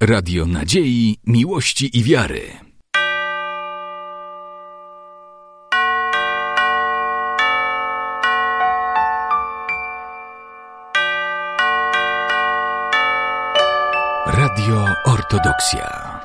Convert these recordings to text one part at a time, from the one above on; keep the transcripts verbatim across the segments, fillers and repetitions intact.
Radio nadziei, miłości i wiary. Radio Ortodoksja.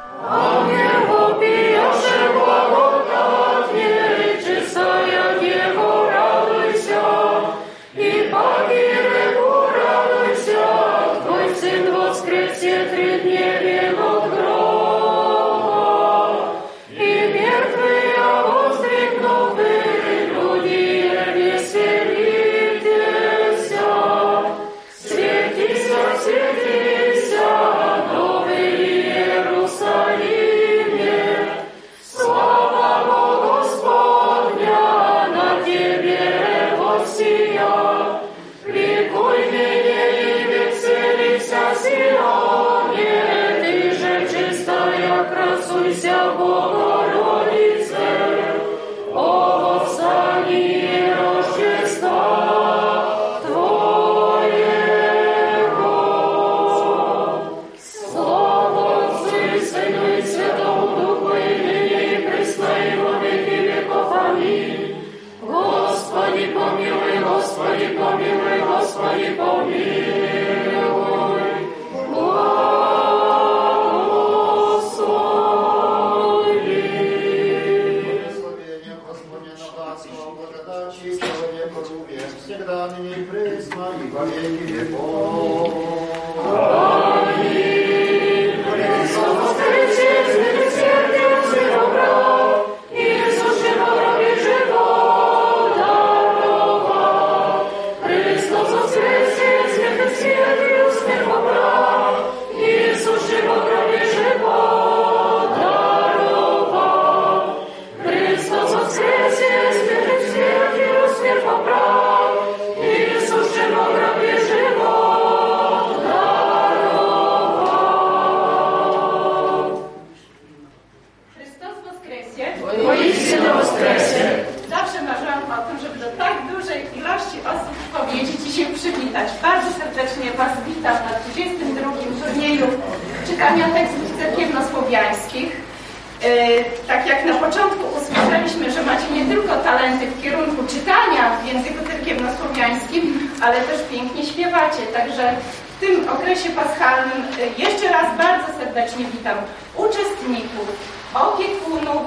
Tak jak na początku usłyszeliśmy, że macie nie tylko talenty w kierunku czytania w języku cerkiewnosłowiańskim, ale też pięknie śpiewacie. Także w tym okresie paschalnym jeszcze raz bardzo serdecznie witam uczestników, opiekunów,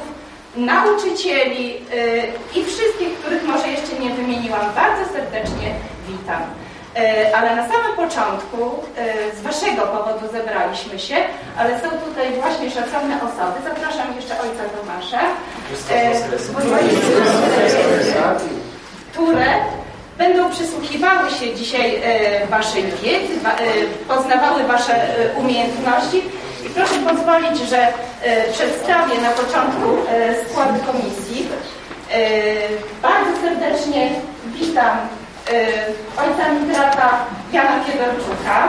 nauczycieli i wszystkich, których może jeszcze nie wymieniłam. Bardzo serdecznie witam. Ale na samym początku z waszego powodu zebraliśmy się, ale są tutaj właśnie szacowne osoby. Zapraszam jeszcze ojca Tomasza, które będą przysłuchiwały się dzisiaj waszej wiedzy, poznawały wasze umiejętności. I proszę pozwolić, że przedstawię na początku skład komisji. Bardzo serdecznie witam ojca literata Jana Kieberczuka.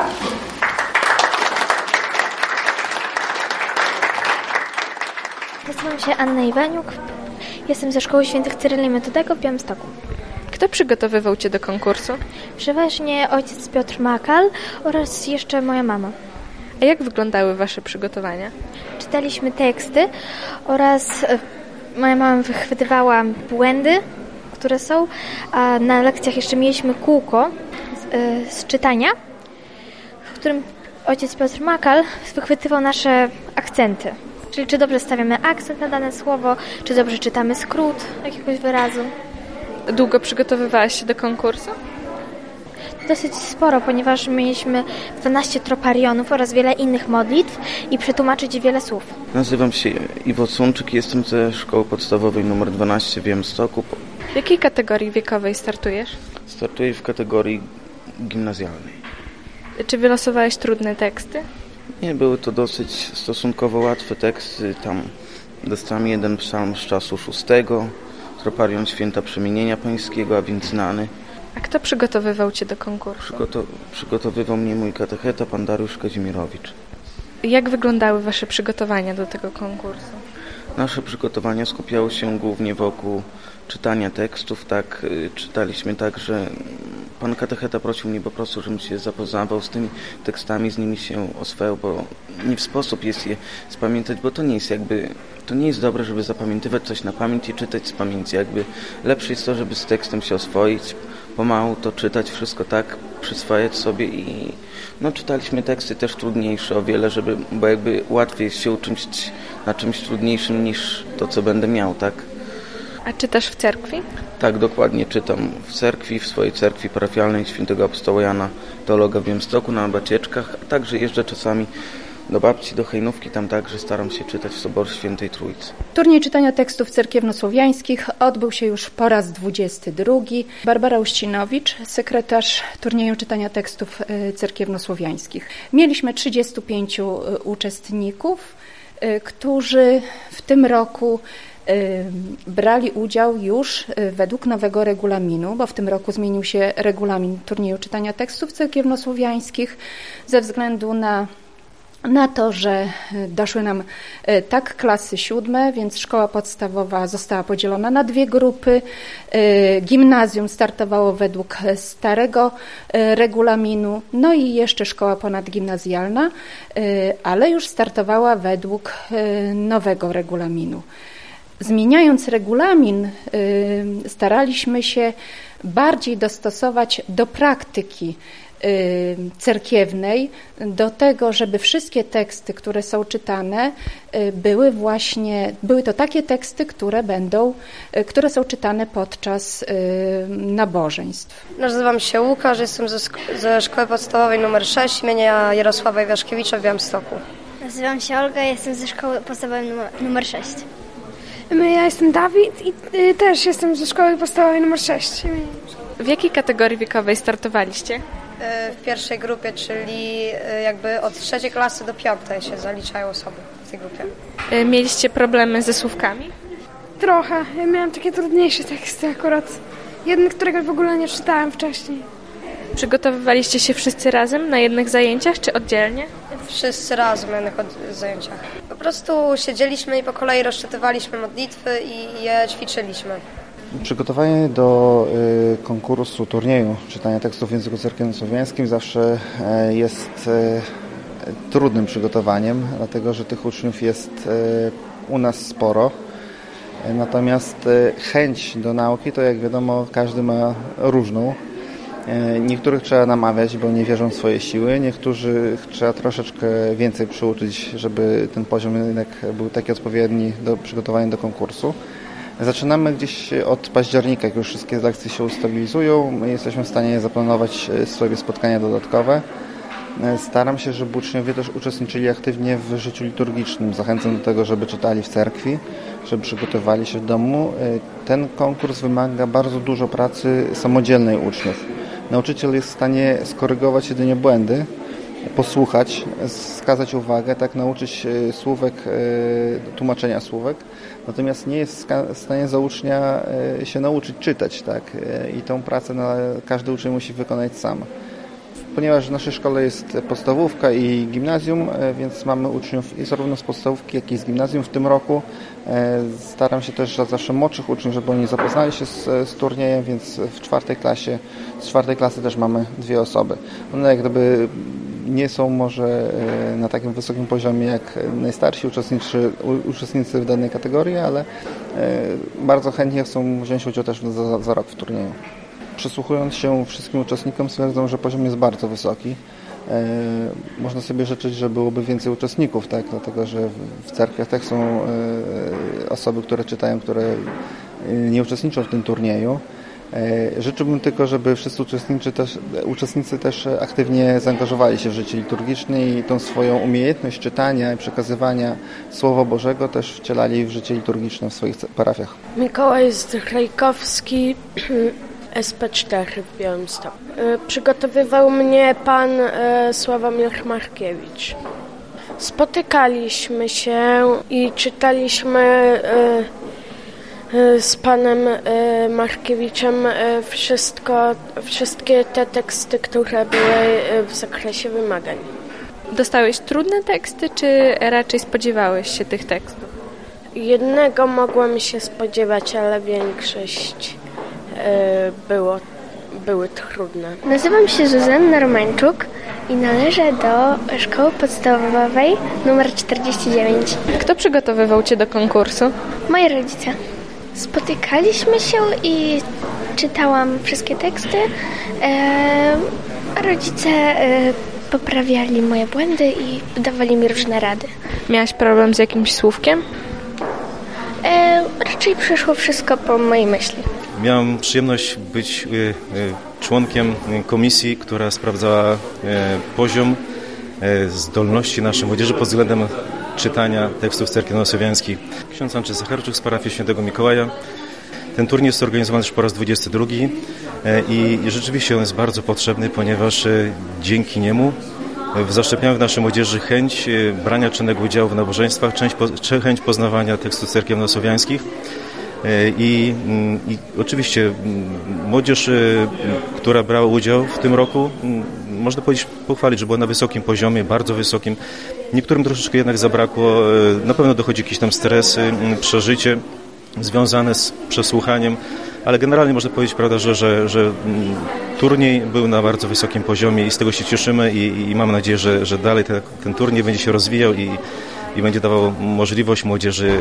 Nazywam się Anna Iwaniuk. Jestem ze Szkoły Świętych Cyryla i Metodego w Białymstoku. Kto przygotowywał Cię do konkursu? Przeważnie ojciec Piotr Makal oraz jeszcze moja mama. A jak wyglądały Wasze przygotowania? Czytaliśmy teksty oraz moja mama wychwytywała błędy, które są, a na lekcjach jeszcze mieliśmy kółko z, z czytania, w którym ojciec Piotr Makal wychwytywał nasze akcenty. Czyli czy dobrze stawiamy akcent na dane słowo, czy dobrze czytamy skrót jakiegoś wyrazu. Długo przygotowywałaś się do konkursu? Dosyć sporo, ponieważ mieliśmy dwanaście troparionów oraz wiele innych modlitw i przetłumaczyć wiele słów. Nazywam się Iwo Cunczyk, jestem ze Szkoły Podstawowej nr dwanaście w Białymstoku. W jakiej kategorii wiekowej startujesz? Startuję w kategorii gimnazjalnej. Czy wylosowałeś trudne teksty? Nie, były to dosyć stosunkowo łatwe teksty. Tam dostałem jeden psalm z czasu szóstego, troparion Święta Przemienienia Pańskiego, a więc znany. A kto przygotowywał Cię do konkursu? Przygoto- przygotowywał mnie mój katecheta, pan Dariusz Kazimierowicz. Jak wyglądały Wasze przygotowania do tego konkursu? Nasze przygotowania skupiały się głównie wokół czytania tekstów. Tak, czytaliśmy tak, że pan katecheta prosił mnie po prostu, żebym się zapoznawał z tymi tekstami, z nimi się oswajał, bo nie w sposób jest je spamiętać, bo to nie jest jakby, to nie jest dobre, żeby zapamiętywać coś na pamięć i czytać z pamięci. Jakby lepsze jest to, żeby z tekstem się oswoić, pomału to czytać, wszystko tak, przyswajać sobie i no czytaliśmy teksty też trudniejsze o wiele, żeby, bo jakby łatwiej jest się uczyć na czymś trudniejszym niż to, co będę miał, tak? A czytasz w cerkwi? Tak, dokładnie czytam w cerkwi, w swojej cerkwi parafialnej świętego apostoła Jana Teologa w Białymstoku na Bacieczkach, a także jeżdżę czasami do babci, do Hejnówki, tam także staram się czytać w Soborze Świętej Trójcy. Turniej czytania tekstów cerkiewnosłowiańskich odbył się już po raz dwudziesty drugi. Barbara Uścinowicz, sekretarz turnieju czytania tekstów cerkiewnosłowiańskich. Mieliśmy trzydziestu pięciu uczestników, którzy w tym roku brali udział już według nowego regulaminu, bo w tym roku zmienił się regulamin turnieju czytania tekstów cerkiewnosłowiańskich ze względu na na to, że doszły nam tak klasy siódme, więc szkoła podstawowa została podzielona na dwie grupy. Gimnazjum startowało według starego regulaminu, no i jeszcze szkoła ponadgimnazjalna, ale już startowała według nowego regulaminu. Zmieniając regulamin, staraliśmy się bardziej dostosować do praktyki cerkiewnej, do tego, żeby wszystkie teksty, które są czytane, były właśnie, były to takie teksty, które będą, które są czytane podczas nabożeństw. Nazywam się Łukasz, jestem ze, ze szkoły podstawowej numer sześć imienia Jarosława Iwaszkiewicza w Białymstoku. Nazywam się Olga, jestem ze szkoły podstawowej numer sześć. Ja jestem Dawid i też jestem ze szkoły podstawowej numer sześć. W jakiej kategorii wiekowej startowaliście? W pierwszej grupie, czyli jakby od trzeciej klasy do piątej się zaliczają osoby w tej grupie. Mieliście problemy ze słówkami? Trochę. Ja miałam takie trudniejsze teksty akurat. Jeden, którego w ogóle nie czytałem wcześniej. Przygotowywaliście się wszyscy razem na jednych zajęciach, czy oddzielnie? Wszyscy razem na jednych zajęciach. Po prostu siedzieliśmy i po kolei rozczytywaliśmy modlitwy i je ćwiczyliśmy. Przygotowanie do y, konkursu, turnieju czytania tekstów w języku cerkiewnosłowiańskim zawsze y, jest y, trudnym przygotowaniem, dlatego że tych uczniów jest y, u nas sporo. Y, natomiast y, chęć do nauki to, jak wiadomo, każdy ma różną. Y, niektórych trzeba namawiać, bo nie wierzą w swoje siły. Niektórzy trzeba troszeczkę więcej przyuczyć, żeby ten poziom jednak był taki odpowiedni do przygotowania do konkursu. Zaczynamy gdzieś od października, jak już wszystkie lekcje się ustabilizują. My jesteśmy w stanie zaplanować sobie spotkania dodatkowe. Staram się, żeby uczniowie też uczestniczyli aktywnie w życiu liturgicznym. Zachęcam do tego, żeby czytali w cerkwi, żeby przygotowali się w domu. Ten konkurs wymaga bardzo dużo pracy samodzielnej uczniów. Nauczyciel jest w stanie skorygować jedynie błędy, posłuchać, wskazać uwagę, tak nauczyć słówek, tłumaczenia słówek. Natomiast nie jest w stanie za ucznia się nauczyć czytać, tak? I tą pracę na każdy uczeń musi wykonać sam. Ponieważ w naszej szkole jest podstawówka i gimnazjum, więc mamy uczniów i zarówno z podstawówki, jak i z gimnazjum w tym roku. Staram się też dla zawsze młodszych uczniów, żeby oni zapoznali się z, z turniejem, więc w czwartej klasie, z czwartej klasy też mamy dwie osoby. One jak gdyby nie są może na takim wysokim poziomie jak najstarsi uczestnicy, uczestnicy w danej kategorii, ale bardzo chętnie chcą wziąć udział też za, za rok w turnieju. Przysłuchując się wszystkim uczestnikom, stwierdzam, że poziom jest bardzo wysoki. E, można sobie życzyć, że byłoby więcej uczestników, tak? Dlatego że w cerkwiach też są e, osoby, które czytają, które nie uczestniczą w tym turnieju. E, życzyłbym tylko, żeby wszyscy uczestnicy też, uczestnicy też aktywnie zaangażowali się w życie liturgiczne i tą swoją umiejętność czytania i przekazywania Słowa Bożego też wcielali w życie liturgiczne w swoich parafiach. Mikołaj Zdrejkowski, S P cztery w Białymstoku. Przygotowywał mnie pan Sławomir Markiewicz. Spotykaliśmy się i czytaliśmy z panem Markiewiczem wszystko, wszystkie te teksty, które były w zakresie wymagań. Dostałeś trudne teksty, czy raczej spodziewałeś się tych tekstów? jednego mogłam się spodziewać, ale większość e, było, były trudne. Nazywam się Zuzanna Romańczuk i należę do szkoły podstawowej numer czterdzieści dziewięć. Kto przygotowywał Cię do konkursu? Moi rodzice. Spotykaliśmy się i czytałam wszystkie teksty, e, a rodzice e, poprawiali moje błędy i dawali mi różne rady. Miałaś problem z jakimś słówkiem? E, raczej przeszło wszystko po mojej myśli. Miałem przyjemność być y, y, członkiem komisji, która sprawdzała y, poziom y, zdolności naszej młodzieży pod względem czytania tekstów cerkiewno-słowiańskich. Ksiądz Andrzej Zacharczuk z parafii Świętego Mikołaja. Ten turniej jest organizowany już po raz dwudziesty drugi i rzeczywiście on jest bardzo potrzebny, ponieważ dzięki niemu zaszczepiamy w naszej młodzieży chęć brania czynnego udziału w nabożeństwach, chęć poznawania tekstów cerkiewno-słowiańskich. I, I oczywiście młodzież, która brała udział w tym roku, można powiedzieć, pochwalić, że była na wysokim poziomie, bardzo wysokim. Niektórym troszeczkę jednak zabrakło, na pewno dochodzi jakieś tam stresy, przeżycie związane z przesłuchaniem, ale generalnie można powiedzieć, prawda, że, że, że turniej był na bardzo wysokim poziomie i z tego się cieszymy i, i mam nadzieję, że, że dalej te, ten turniej będzie się rozwijał i, i będzie dawał możliwość młodzieży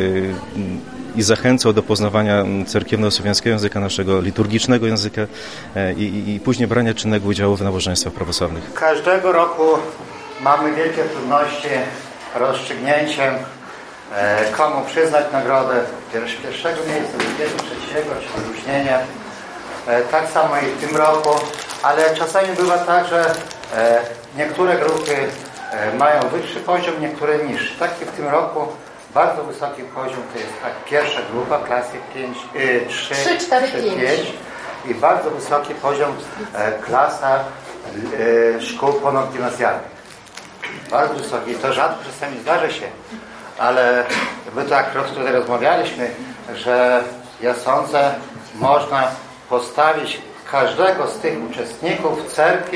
i zachęcał do poznawania cerkiewno-słowiańskiego języka, naszego liturgicznego języka i, i, i później brania czynnego udziału w nabożeństwach prawosławnych. Każdego roku mamy wielkie trudności rozstrzygnięciem, e, komu przyznać nagrodę pierwszego miejsca, drugiego, trzeciego, czy wyróżnienia. E, tak samo i w tym roku, ale czasami bywa tak, że e, niektóre grupy e, mają wyższy poziom, niektóre niższy. Tak i w tym roku bardzo wysoki poziom to jest tak, pierwsza grupa, klasy pięć, trzy, cztery, pięć i bardzo wysoki poziom e, klasa e, szkół ponadgimnazjalnych. Bardzo wysoki. I to rzadko czasami zdarza się, ale my tak tutaj rozmawialiśmy, że ja sądzę, można postawić każdego z tych uczestników cerkwi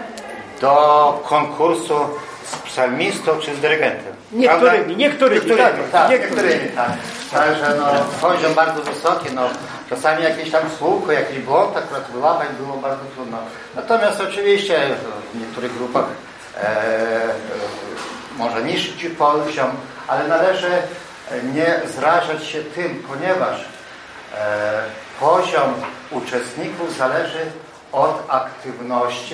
do konkursu z psalmistą czy z dyrygentem. Niektórymi, niektórymi, niektórymi, tak, tak, niektórymi. niektórymi, tak. Także no, poziom bardzo wysoki, no, czasami jakieś tam słówko, jakiś błąd akurat wyłapać było bardzo trudno. Natomiast oczywiście w niektórych grupach e, może niższy poziom, ale należy nie zrażać się tym, ponieważ e, poziom uczestników zależy od aktywności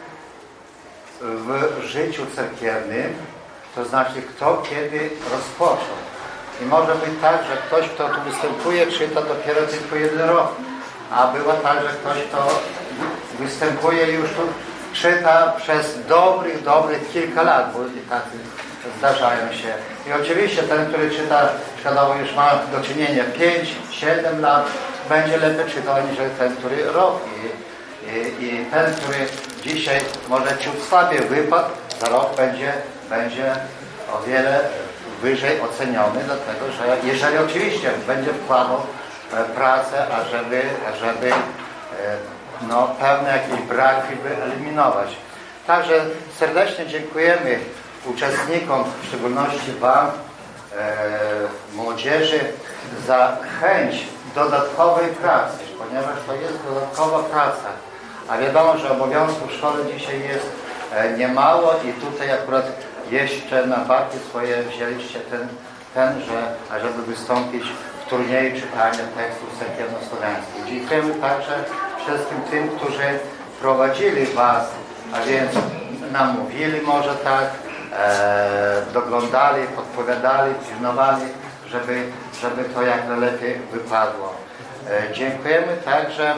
w życiu cerkiewnym, to znaczy kto kiedy rozpoczął. I może być tak, że ktoś, kto tu występuje, czyta dopiero tylko jeden rok, a bywa tak, że ktoś, kto występuje już tu, czyta przez dobrych, dobrych kilka lat, bo i tacy zdarzają się. I oczywiście ten, który czyta, przykładowo już ma do czynienia pięć, siedem lat, będzie lepiej czytał, aniżeli ten, który rok. I, i, i ten, który dzisiaj może ciut słabiej wypadł, za rok będzie, będzie o wiele wyżej oceniony, dlatego że jeżeli oczywiście będzie wkładał pracę, ażeby, ażeby no, pewne jakieś braki wyeliminować. Także serdecznie dziękujemy uczestnikom, w szczególności Wam, e, młodzieży, za chęć dodatkowej pracy, ponieważ to jest dodatkowa praca. A wiadomo, że obowiązków w szkole dzisiaj jest e, niemało i tutaj akurat jeszcze na barki swoje wzięliście ten, ten, że ażeby wystąpić w turnieju czytania tekstów cerkiewno-słowiańskich. Dziękujemy także wszystkim tym, którzy prowadzili Was, a więc namówili może tak, e, doglądali, podpowiadali, pilnowali, żeby, żeby to jak najlepiej wypadło. E, dziękujemy także e,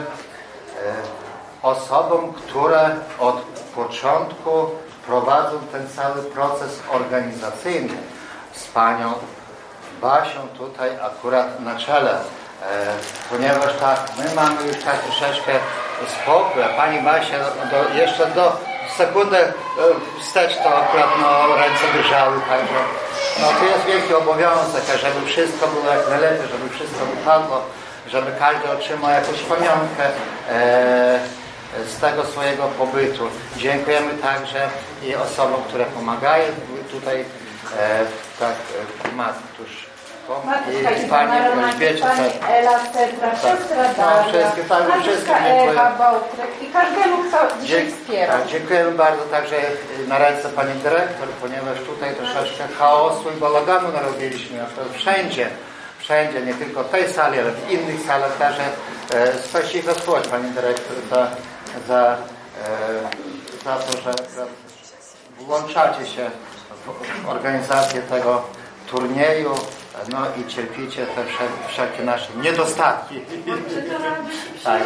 osobom, które od początku prowadzą ten cały proces organizacyjny z panią Basią tutaj akurat na czele, e, ponieważ tak, my mamy już tak troszeczkę spokój, a pani Basia do, jeszcze do sekundę e, wstecz to akurat no, ręce drżały, także no, to jest wielki obowiązek, żeby wszystko było jak najlepiej, żeby wszystko wypadło, żeby każdy otrzymał jakąś pamiątkę e, z tego swojego pobytu. Dziękujemy także i osobom, które pomagają tutaj, e, tak, Matusz, i pani Elżbiecie, pani Ela Cetra, siostra Daria, Agnieszka Ewa Bołtrek i każdemu, kto dzisiaj wspiera. Tak, dziękujemy bardzo także na ręce pani dyrektor, ponieważ tutaj troszeczkę chaosu i bałaganu narobiliśmy, na przykład wszędzie, wszędzie, nie tylko w tej sali, ale w innych salach także. E, Spasiba słowa pani dyrektor za, za, e, za to, że, że włączacie się w organizację tego turnieju, no i cierpicie te wszelkie nasze niedostatki. Tak,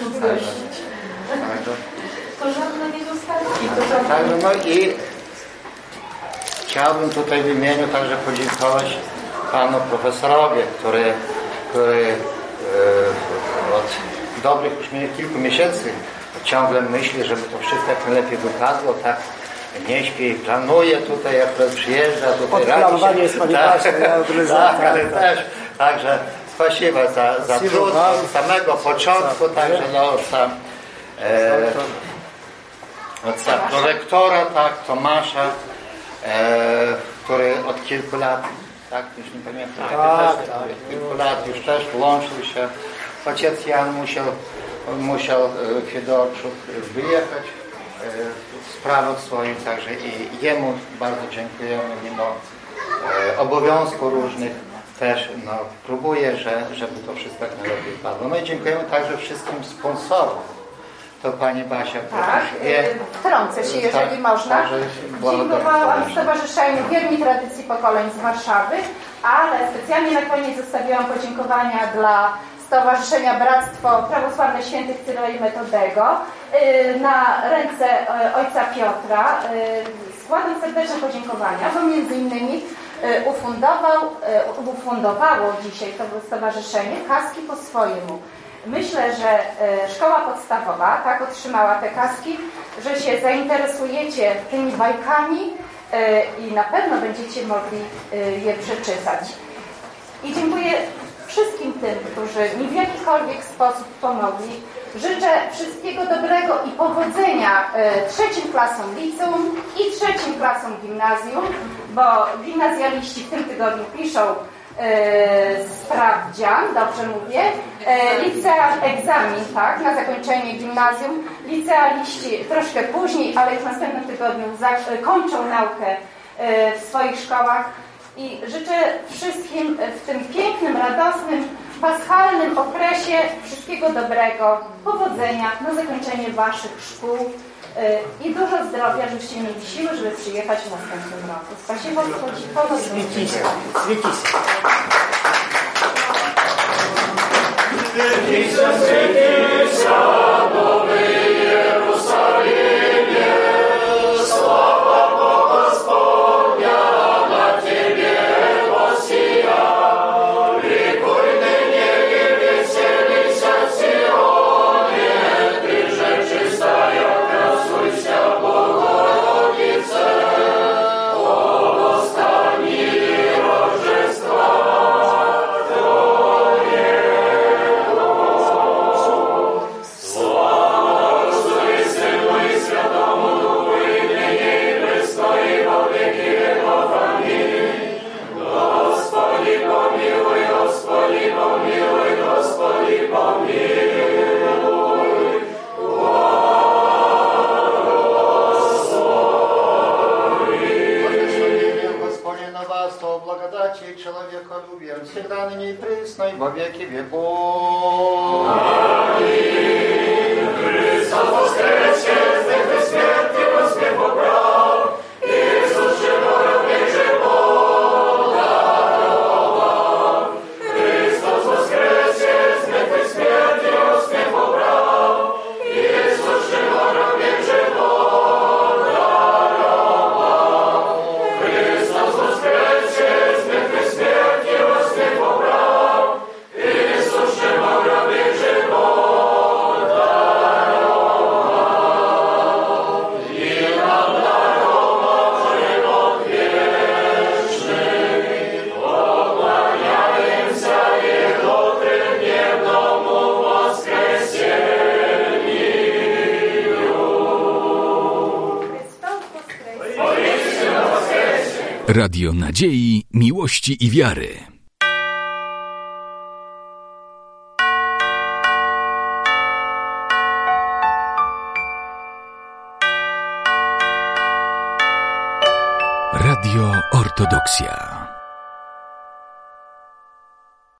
to żadne niedostatki. Także no i chciałbym tutaj w imieniu także podziękować panu profesorowi, który, który e, od dobrych już kilku miesięcy ciągle myśli, żeby to wszystko jak najlepiej wypadło, tak nie śpi, planuje tutaj, jak przyjeżdża, tutaj Podplanowanie jest pani tak, tak, ale też, także spasiba za, za trud od samego początku, także no, od sam, e, od sam prorektora, tak, Tomasza, e, który od kilku lat, tak, już nie pamiętam, tak, też, tak, od kilku lat już też łączył się. Ojciec Jan musiał, musiał Fiedorczuk wyjechać w sprawach swoich, także i jemu bardzo dziękujemy, mimo e, obowiązków różnych też no, próbuje, że, żeby to wszystko jak najlepiej padło. No i dziękujemy także wszystkim sponsorom. To pani Basia tak, wie. Wtrącę się, jeżeli tak, można. Dziękowałam Stowarzyszeniu Wierni Tradycji Pokoleń z Warszawy, ale specjalnie na koniec zostawiłam podziękowania dla Stowarzyszenia Bractwo Prawosławne Świętych Cyryla i Metodego na ręce ojca Piotra. Składam serdeczne podziękowania, bo między innymi ufundował, ufundowało dzisiaj to stowarzyszenie kaski po swojemu. Myślę, że szkoła podstawowa tak otrzymała te kaski, że się zainteresujecie tymi bajkami i na pewno będziecie mogli je przeczytać. I dziękuję wszystkim tym, którzy mi w jakikolwiek sposób pomogli. Życzę wszystkiego dobrego i powodzenia trzecim klasom liceum i trzecim klasom gimnazjum, bo gimnazjaliści w tym tygodniu piszą e, sprawdzian, dobrze mówię, e, liceal egzamin, tak, na zakończenie gimnazjum. Licealiści troszkę później, ale już w następnym tygodniu za, kończą naukę e, w swoich szkołach. I życzę wszystkim w tym pięknym, radosnym, paschalnym okresie wszystkiego dobrego, powodzenia na zakończenie waszych szkół yy, i dużo zdrowia, żebyście mieli siły, żeby przyjechać w następnym roku. Spasibo, человеколюбием, всегда ныне и присно, и во веки веков. Аминь. Христос воскресе, из смерти воскрес поправ, Иисус живой, век живой даровал. Христос воскресе, из смерти воскрес поправ, Иисус живой, век живой даровал. Христос воскресе, из смерти воскрес поправ, Иисус живой, век живой даровал. И нам даровал живот вечный, поклоняемся Его трехдневному воскресению. Radio Nadziei, Miłości i Wiary. Radio Ortodoksja.